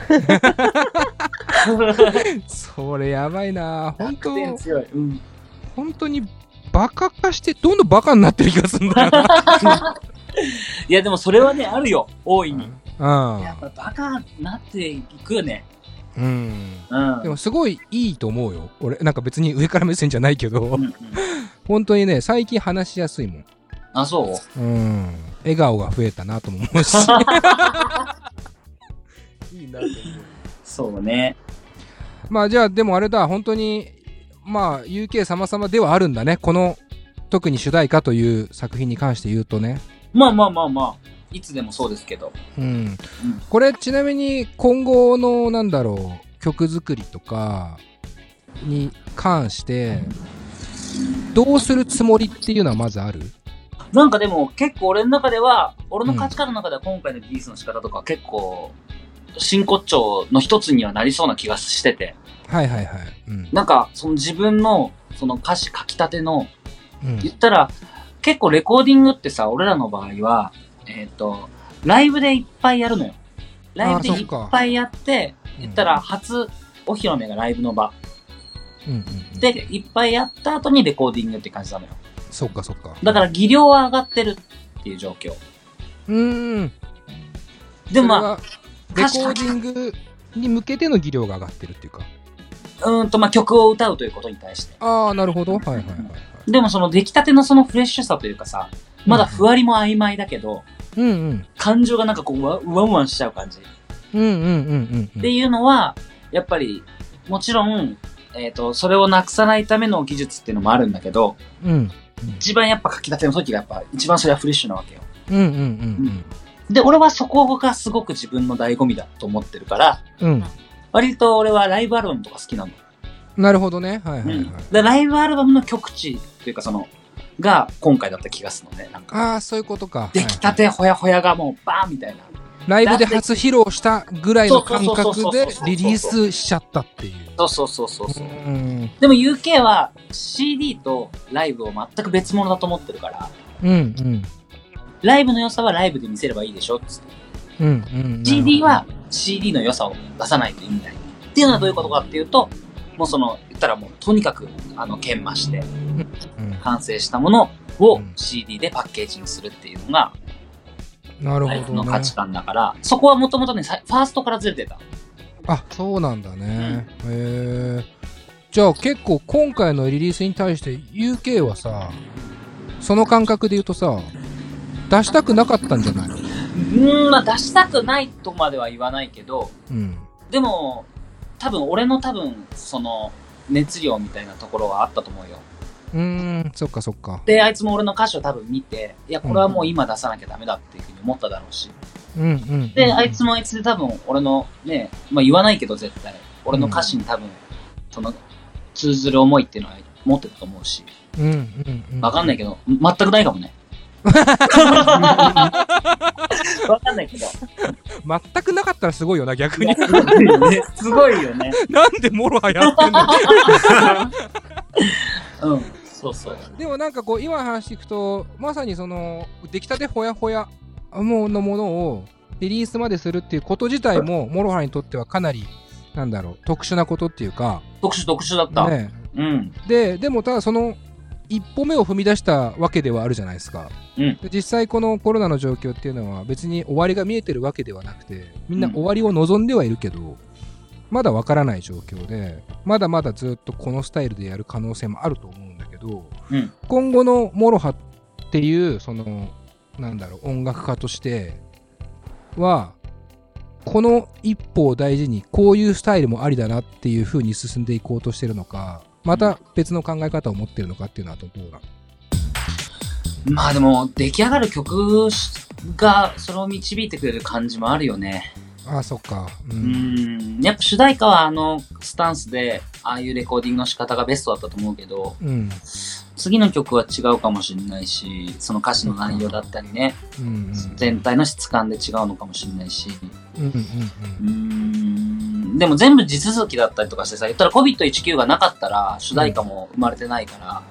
それやばいな。本当。本当にバカ化してどんどんバカになってる気がするんだよな。 いやでもそれはねあるよ大いに。 やっぱバカになっていくよね。 でもすごいいいと思うよ。俺なんか別に上から目線じゃないけど、本当にね最近話しやすいもん。 あ、そう？ 笑顔が増えたなとも思うし。いいなと思う。 そうね。 まあじゃあでもあれだ本当にまあ UK 様々ではあるんだね。この特に主題歌という作品に関して言うとね。 まあ。いつでもそうですけど。 これちなみに今後のなんだろう曲作りとかに関してどうするつもりっていうのはまずある？ なんかでも結構俺の中では俺の価値観の中では今回のリリースの仕方とか結構真骨頂の一つにはなりそうな気がしてて。なんかその自分のその歌詞書きたての、言ったら結構レコーディングってさ俺らの場合はライブでいっぱいやるのよ。ライブでいっぱいやって、言ったら初お披露目がライブの場。で、いっぱいやった後にレコーディングって感じなのよ。 そっか。 だから技量は上がってるっていう状況。でもまあ、 レコーディングに向けての技量が上がってるっていうか。 まあ曲を歌うということに対して。 ああ、なるほど。 でもその出来たてのそのフレッシュさというかさ、まだふわりも曖昧だけど、感情がなんかこうワンワンしちゃう感じ。っていうのは、やっぱり、もちろん、それをなくさないための技術っていうのもあるんだけど、一番やっぱ書きたての時がやっぱ一番それはフレッシュなわけよ。で、俺はそこがすごく自分の醍醐味だと思ってるから、割と俺はライブアルバムとか好きなの。 なるほどね。 でライブアルバムの極致っていうかその、 が今回だった気がするのね。なんかああ、そういうことか。 出来たてほやほやがもうバーンみたいな。 ライブで初披露したぐらいの感覚でリリースしちゃったっていう。 そう。でも UK は CD とライブを全く別物だと思ってるから。ライブの良さはライブで見せればいいでしょっつって。CD は CD の良さを出さないと意味ない。っていうのはどういうことかっていうと、もう言ったらもうとにかく研磨して、完成したものを CD でパッケージにするっていうのが、 なるほどね。 ライフの価値観だから、そこはもともとね、ファーストからずれてた。 あ、そうなんだね。じゃあ結構今回のリリースに対して UK はさ、その感覚で言うとさ、出したくなかったんじゃない？ まあ出したくないとまでは言わないけど、でも、俺のその熱量みたいなところはあったと思うよ。 そっか。 で、あいつも俺の歌詞を多分見て、いや、これはもう今出さなきゃダメだっていうふうに思っただろうし。で、あいつもあいつで多分俺のね、まあ言わないけど絶対、俺の歌詞に多分、その通ずる思いっていうのは持ってたと思うし。わかんないけど、全くないかもね。わかんないけど。 全くなかったらすごいよな、逆に。 すごいよね。 なんでモロハやってんの？ そう。 でもなんかこう今の話聞くと、まさにその出来たてほやほやのものをリリースまでするっていうこと自体もモロハにとってはかなり特殊なことっていうか。 特殊だった。ね。 でもただその一歩目を踏み出したわけではあるじゃないですか。で実際このコロナの状況っていうのは別に終わりが見えてるわけではなくて、みんな終わりを望んではいるけど、まだわからない状況で、まだまだずっとこのスタイルでやる可能性もあると思うんだけど、今後のモロハっていうその音楽家としてはこの一歩を大事にこういうスタイルもありだなっていう風に進んでいこうとしてるのか、また別の考え方を持ってるのかっていうのはどうなの？ まあでも出来上がる曲がそれを導いてくれる感じもあるよね。 ああ、そっか。 やっぱ主題歌はスタンスでああいうレコーディングの仕方がベストだったと思うけど、次の曲は違うかもしれないし、その歌詞の内容だったりね、全体の質感で違うのかもしれないし、でも全部地続きだったりとかしてさ、言ったら COVID-19 がなかったら主題歌も生まれてないから、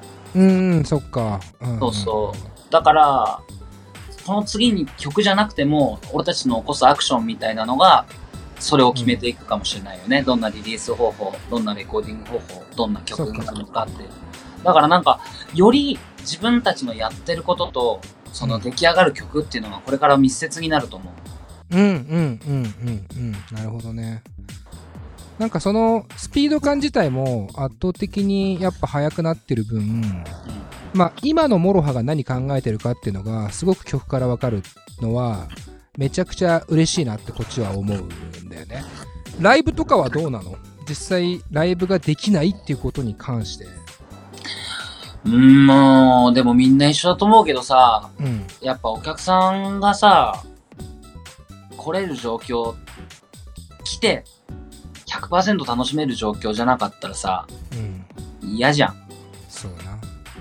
そっか。 だからこの次に曲じゃなくても俺たちの起こすアクションみたいなのがそれを決めていくかもしれないよね。どんなリリース方法、どんなレコーディング方法、どんな曲になるのかって。だからなんかより自分たちのやってることとその出来上がる曲っていうのがこれから密接になると思う。 なるほどね。なんかそのスピード感自体も圧倒的にやっぱ速くなってる分、まあ今のモロハが何考えてるかっていうのがすごく曲から分かるのはめちゃくちゃ嬉しいなってこっちは思うんだよね。ライブとかはどうなの？実際ライブができないっていうことに関して。 もうでもみんな一緒だと思うけどさ、やっぱお客さんがさ来れる状況来て 100% 楽しめる状況じゃなかったらさ、嫌じゃん。 そうな。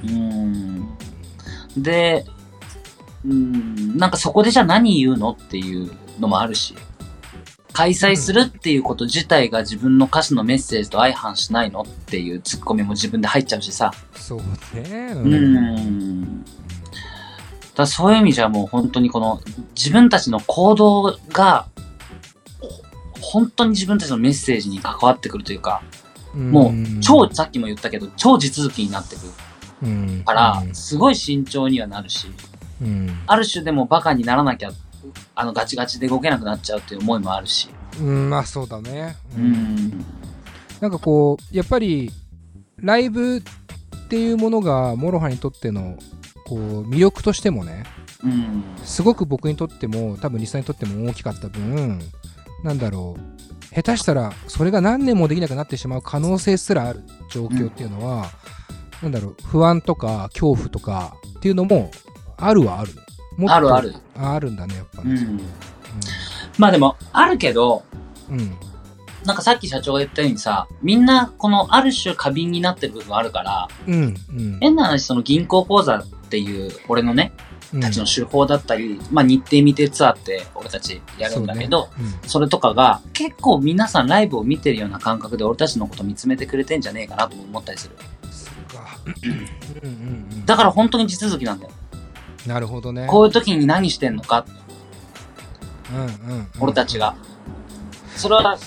で、なんかそこでじゃあ何言うのっていうのもあるし、開催するっていうこと自体が自分の歌詞のメッセージと相反しないのっていうツッコミも自分で入っちゃうしさ。 そうね。 だそういう意味じゃもう本当にこの自分たちの行動が本当に自分たちのメッセージに関わってくるというか、もうさっきも言ったけど超地続きになってくるから、すごい慎重にはなるし、ある種でもバカにならなきゃガチガチで動けなくなっちゃうっていう思いもあるし。 まあそうだね。なんかこうやっぱりライブっていうものがモロハにとってのこう魅力としてもね、すごく僕にとっても多分リスナーにとっても大きかった分、なんだろう、下手したらそれが何年もできなくなってしまう可能性すらある状況っていうのは、なんだろう、不安とか恐怖とかっていうのもあるはある。 あるんだね、やっぱね。 まあでもあるけど、 なんかさっき社長が言ったようにさ、みんなこのある種過敏になってる部分あるから、変な話、その銀行口座っていう俺のね、たちの手法だったり、まあ日程未定ツアーって俺たちやるんだけど、それとかが結構皆さんライブを見てるような感覚で俺たちのこと見つめてくれてんじゃねえかなと思ったりする。だから本当に地続きなんだよ。 なるほどね。 こういう時に何してんのか。俺たちが。それは、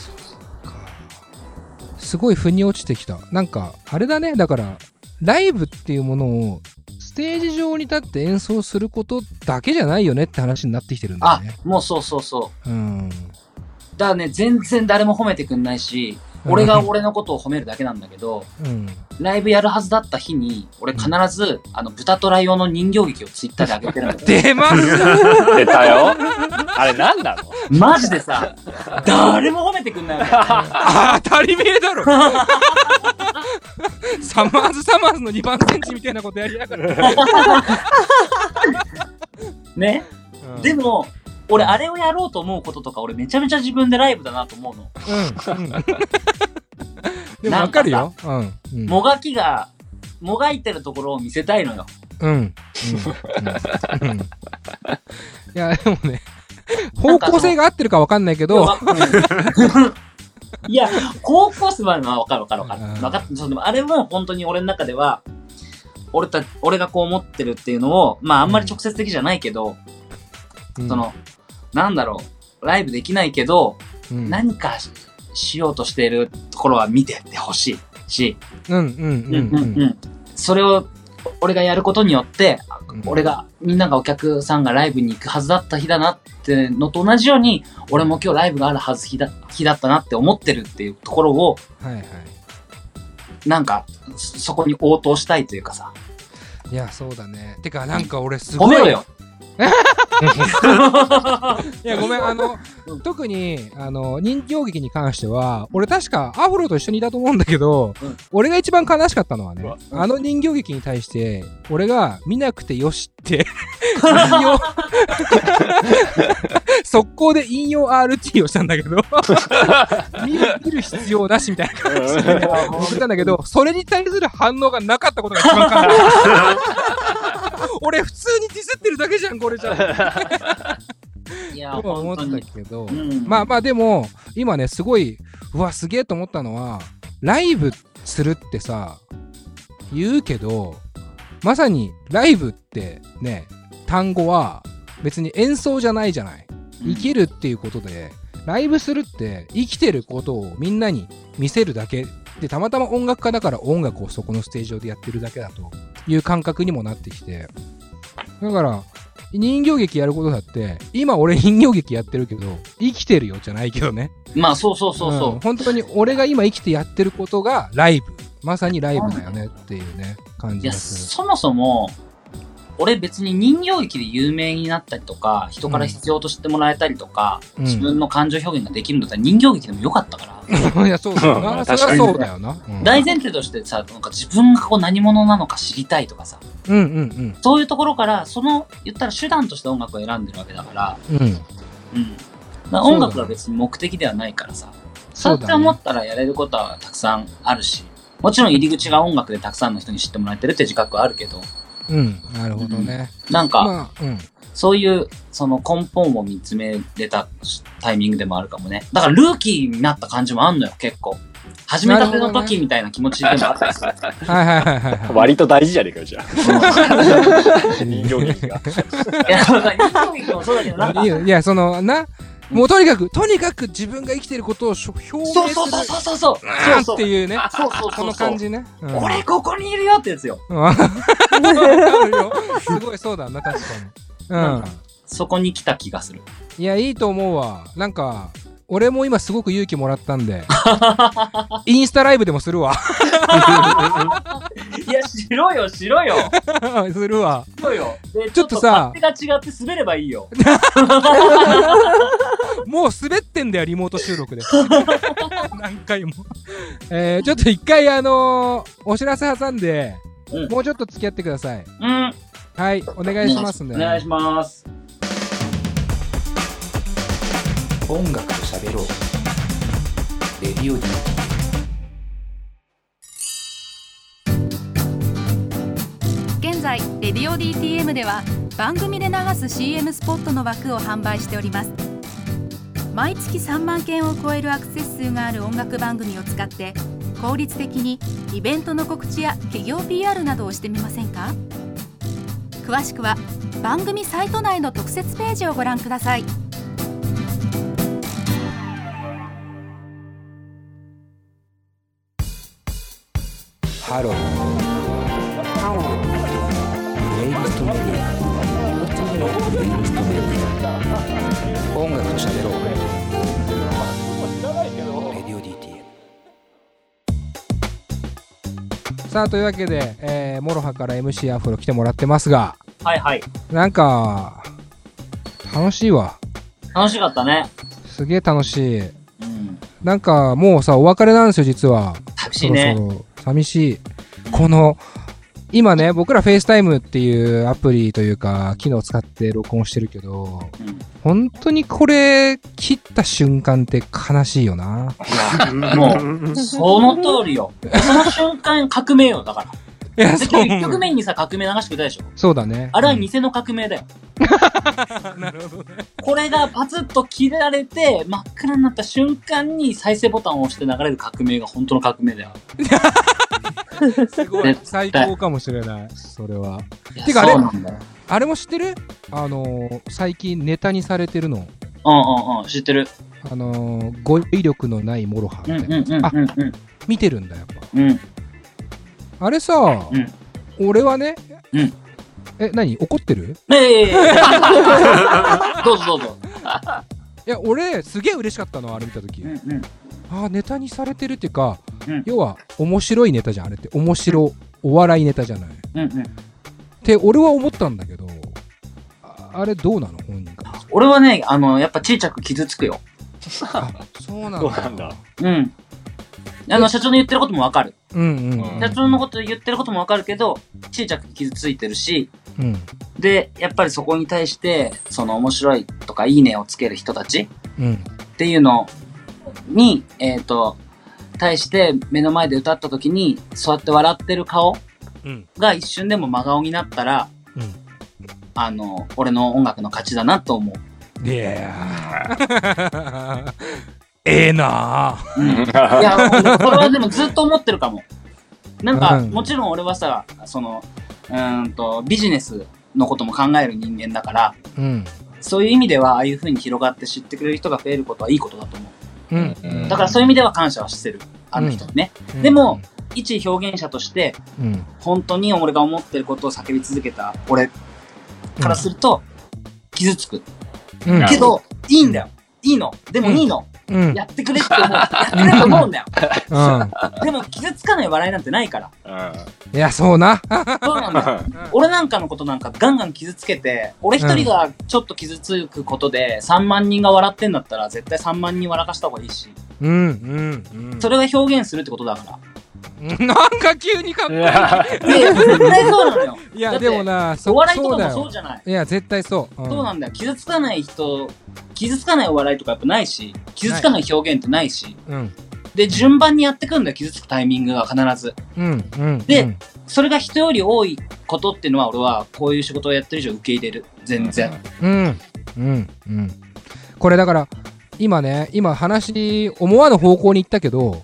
すごい腑に落ちてきた。なんか、あれだね。だから、ライブっていうものを、ステージ上に立って演奏することだけじゃないよねって話になってきてるんだよね。 もうそうそうそう。だからね、全然誰も褒めてくんないし、俺が俺のことを褒めるだけなんだけど、ライブやるはずだった日に、俺必ず、豚とライオンの人形劇をツイッターで上げてるんだよ。 出ます出たよ。あれ何なの？ マジでさ、誰も褒めてくんないわけ。 当たり前だろ。サマーズの2番センチみたいなことやりやがる。 ね、でも、俺あれをやろうと思うこととか俺めちゃめちゃ自分でライブだなと思うの。 でもわかるよ。 もがきがもがいてるところを見せたいのよ。 いやでもね、方向性が合ってるかわかんないけど。 いや高校生まではわかる。あれも本当に俺の中では俺がこう思ってるっていうのをまああんまり直接的じゃないけど。なんだろう、ライブできないけど、何かしようとしているところは見てってほしいし、それを俺がやることによって、みんながお客さんがライブに行くはずだった日だなってのと同じように、俺も今日ライブがあるはず日だったなって思ってるっていうところを、なんか、そこに応答したいというかさ。 いや、そうだね。てか、なんか俺すごい。 褒めろよ。 いやごめん、特に人形劇に関しては俺確かアフロと一緒にいたと思うんだけど、俺が一番悲しかったのはね、人形劇に対して俺が見なくてよしって速攻で引用 RT をしたんだけど見る必要なしみたいな感じで送ったんだけど、それに対する反応がなかったことが一番悲しい。俺普通にディスってるだけじゃんこれじゃん。いや思ったけど、まあでも今ねすごいうわすげえと思ったのは、ライブするってさ言うけど、まさにライブってね単語は別に演奏じゃないじゃない。生きるっていうことで、ライブするって生きてることをみんなに見せるだけで、たまたま音楽家だから音楽をそこのステージ上でやってるだけだという感覚にもなってきて、だから人形劇やることだって今俺人形劇やってるけど生きてるよじゃないけどね。 まあそう、 本当に俺が今生きてやってることがライブ、まさにライブだよねっていうね感じがする。 いやそもそも俺別に人形劇で有名になったりとか人から必要と知ってもらえたりとか、自分の感情表現ができるんだったら人形劇でもよかったから。 いやそうだよな。それはそうだよな。 大前提としてさ、なんか自分がこう何者なのか知りたいとかさ、そういうところから言ったら手段として音楽を選んでるわけだから、音楽は別に目的ではないからさ、そうやって思ったらやれることはたくさんあるし、もちろん入り口が音楽でたくさんの人に知ってもらえてるって自覚はあるけど、 なるほどね。 なんか、そういうその根本を見つめれたタイミングでもあるかもね。だからルーキーになった感じもあんのよ結構。始めたての時みたいな気持ちでもあったりする。 割と大事じゃねえかよじゃあ。人形劇が。 いや人形劇もそうだけどな。 いやそのな。もうとにかく自分が生きてることを表明するっていうね。この感じね。 俺ここにいるよってやつよ。 すごいそうだな確かに。 そこに来た気がする。 いやいいと思うわ。なんか俺も今すごく勇気もらったんでインスタライブでもするわ。 いやしろよするわ。ちょっとさ勝手が違って滑ればいいよ。 もう滑ってんだよリモート収録で何回も。ちょっと一回お知らせ挟んで、もうちょっと付き合ってください。はいお願いしますね。 お願いします。 音楽と喋ろう。 レディオ D。 現在レディオ DTM では番組で流す CM スポットの枠を販売しております。毎月3万件を超えるアクセス数がある音楽番組を使って効率的にイベントの告知や企業 PR などをしてみませんか？詳しくは番組サイト内の特設ページをご覧ください。 ハロー。プレイリストメディア。プレイリストメディア。音楽と喋ろう。レディオ DTM。さあというわけで、モロハから MC アフロ来てもらってますが、 はいはい。 なんか楽しいわ。 楽しかったね。 すげえ楽しい。なんかもうさお別れなんですよ実は。 寂しいね。 そろそろ寂しい。この今ね僕らフェイスタイムっていうアプリというか機能を使って録音してるけど、本当にこれ切った瞬間って悲しいよな。 もうその通りよ。その瞬間革命よだから。いやそう。1曲目にさ革命流してくれたでしょ。 そうだね。 あれは偽の革命だよ。 なるほどね。これがパツッと切られて真っ暗になった瞬間に再生ボタンを押して流れる革命が本当の革命だよ。 すごい最高かもしれないそれは。 てかあれも知ってる？最近ネタにされてるの。 知ってる。 語彙力のないモロハみたいな。見てるんだやっぱ。あれさ、俺はね、何怒ってる？ どうぞどうぞ。 いや俺すげえ嬉しかったのあれ見た時。ネタにされてるっていうか、要は面白いネタじゃんあれって。面白お笑いネタじゃない。って俺は思ったんだけど、あれどうなの本人から。 俺はねやっぱ小さく傷つくよ。 そうなんだ。 社長の言ってることもわかる。社長のこと言ってることもわかるけど、小さく傷ついてるし、で、やっぱりそこに対して、その面白いとかいいねをつける人たちっていうのに、対して目の前で歌った時に、そうやって笑ってる顔が一瞬でも真顔になったら、俺の音楽の勝ちだなと思う。 いやー。ええなぁ。いや、これはでもずっと思ってるかも。なんか、もちろん俺はさ、ビジネスのことも考える人間だから、そういう意味では、ああいう風に広がって知ってくれる人が増えることはいいことだと思う。だからそういう意味では感謝はしてる。あの人にね。でも、一表現者として、本当に俺が思ってることを叫び続けた俺からすると、傷つく。けど、いいんだよ。いいの。でもいいの。やってくれって思う。やってくれって思うんだよ。でも傷つかない笑いなんてないから。 いや、そうな。 そうなんだよ。俺なんかのことなんかガンガン傷つけて、俺一人がちょっと傷つくことで3万人が笑ってんだったら絶対3万人笑かした方がいいし。それが表現するってことだから。 なんか急にかっこいい。いや、絶対そうなのよ。 いや、でもな、 お笑いとかもそうじゃない。 いや、絶対そう。 そうなんだよ。傷つかないお笑いとかやっぱないし、傷つかない表現ってないし。で、順番にやってくんだよ、傷つくタイミングが必ず。で、それが人より多いことっていうのは、俺はこういう仕事をやってる以上受け入れる。全然。 これだから、今話、思わぬ方向に行ったけど、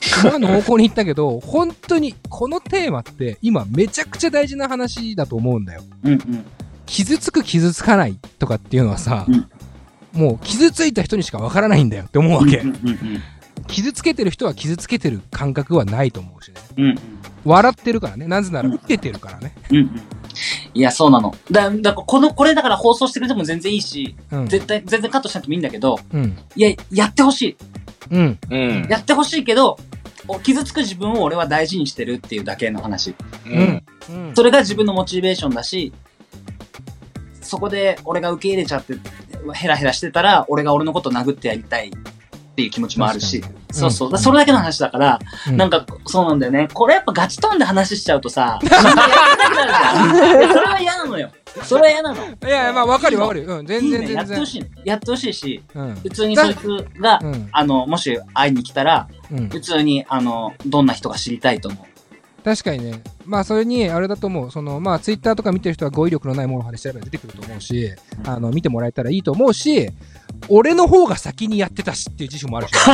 本当にこのテーマって今めちゃくちゃ大事な話だと思うんだよ。傷つく傷つかないとかっていうのはさ、もう傷ついた人にしかわからないんだよって思うわけ。傷つけてる人は傷つけてる感覚はないと思うしね。笑ってるからね。なぜなら受けてるからね。 いや、そうなの。これだから放送してくれても全然いいし、全然カットしなくてもいいんだけど、いや、やってほしい。やってほしいけど、傷つく自分を俺は大事にしてるっていうだけの話。それが自分のモチベーションだし、そこで俺が受け入れちゃって、ヘラヘラしてたら、俺が俺のことを殴ってやりたいっていう気持ちもあるし。そうそう。それだけの話だから、なんか、そうなんだよね。これやっぱガチトーンで話しちゃうとさ、みんなやりたくなるじゃん。それは嫌なのよ。 それは嫌なの。 いや、まあ、わかるよ。うん、全然。 やってほしい。やってほしいし、普通にそいつが、もし会いに来たら、普通に、どんな人が知りたいと思う。 確かにね。まあ、それに、あれだと思う。まあ、ツイッターとか見てる人は語彙力のないものまで調べれば出てくると思うし、見てもらえたらいいと思うし、俺の方が先にやってたしっていう自信もあるし。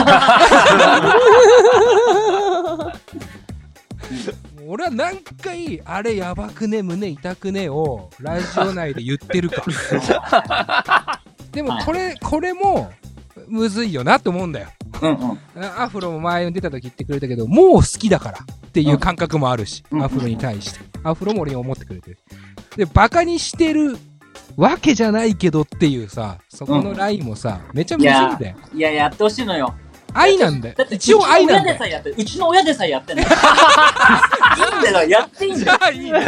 俺は何回あれやばくね胸痛くねをラジオ内で言ってるか。でもこれもむずいよなって思うんだよ。アフロも前に出た時言ってくれたけど、もう好きだからっていう感覚もあるし、アフロに対してアフロも俺に思ってくれてる。でバカにしてるわけじゃないけどっていうさ、そこのラインもさ、めちゃむずいんだよ。 いややってほしいのよ。 愛なんだよ。一応愛なんだよ。 うちの親でさえやってんの。いいんだよ、やっていいんだよ。いい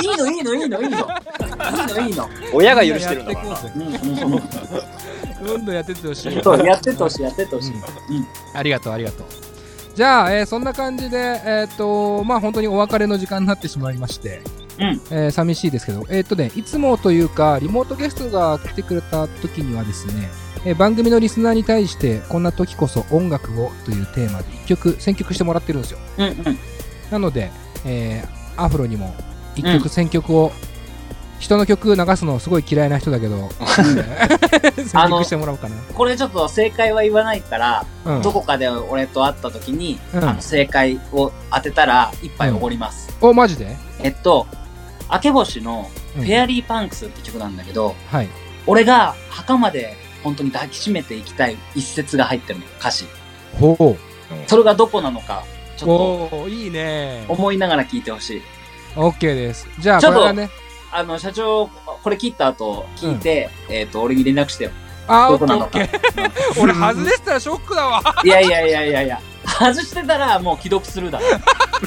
の。 親が許してるんだから。 どんどんやってってほしい。 やってってほしい。 ありがとう。じゃあ、そんな感じで、まあ本当にお別れの時間になってしまいまして、寂しいですけど、いつもというか、リモートゲストが来てくれた時にはですね、番組のリスナーに対してこんな時こそ音楽をというテーマで1曲選曲してもらってるんですよ。なので、アフロにも1曲選曲を、人の曲流すのすごい嫌いな人だけど選曲してもらおうかな。 これちょっと正解は言わないから、どこかで俺と会った時に、正解を当てたら一杯おごります。 お、マジで？ 明け星のフェアリーパンクスって曲なんだけど、俺が墓まで本当に抱きしめていきたい一節が入ってるの、歌詞。それがどこなのか、ちょっといいね、思いながら聞いてほしい。 OK です。じゃあこれはね、 社長これ切った後聞いて、俺に連絡してよ。 どこなのか。俺外してたらショックだわ。 いや外してたらもう既読するだろ。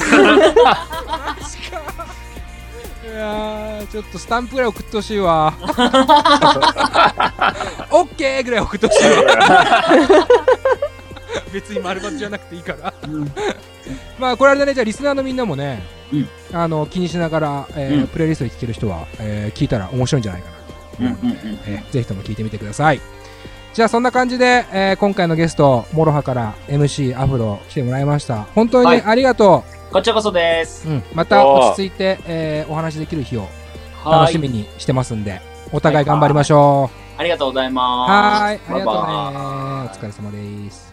いやー、ちょっとスタンプぐらい送ってほしいわ。オッケーぐらい送ってほしいわ。別に丸×じゃなくていいから。まあこれあれだね、じゃあリスナーのみんなもね、気にしながら、プレイリストで聴ける人は、聞いたら面白いんじゃないかなと、ぜひとも聞いてみてください。じゃあそんな感じで、今回のゲストモロハから MC アフロ来てもらいました。本当にありがとう。 こちらこそです。 また落ち着いて、お話できる日を楽しみにしてますんで、お互い頑張りましょう。 ありがとうございます。 はい、ありがとうね。お疲れ様です。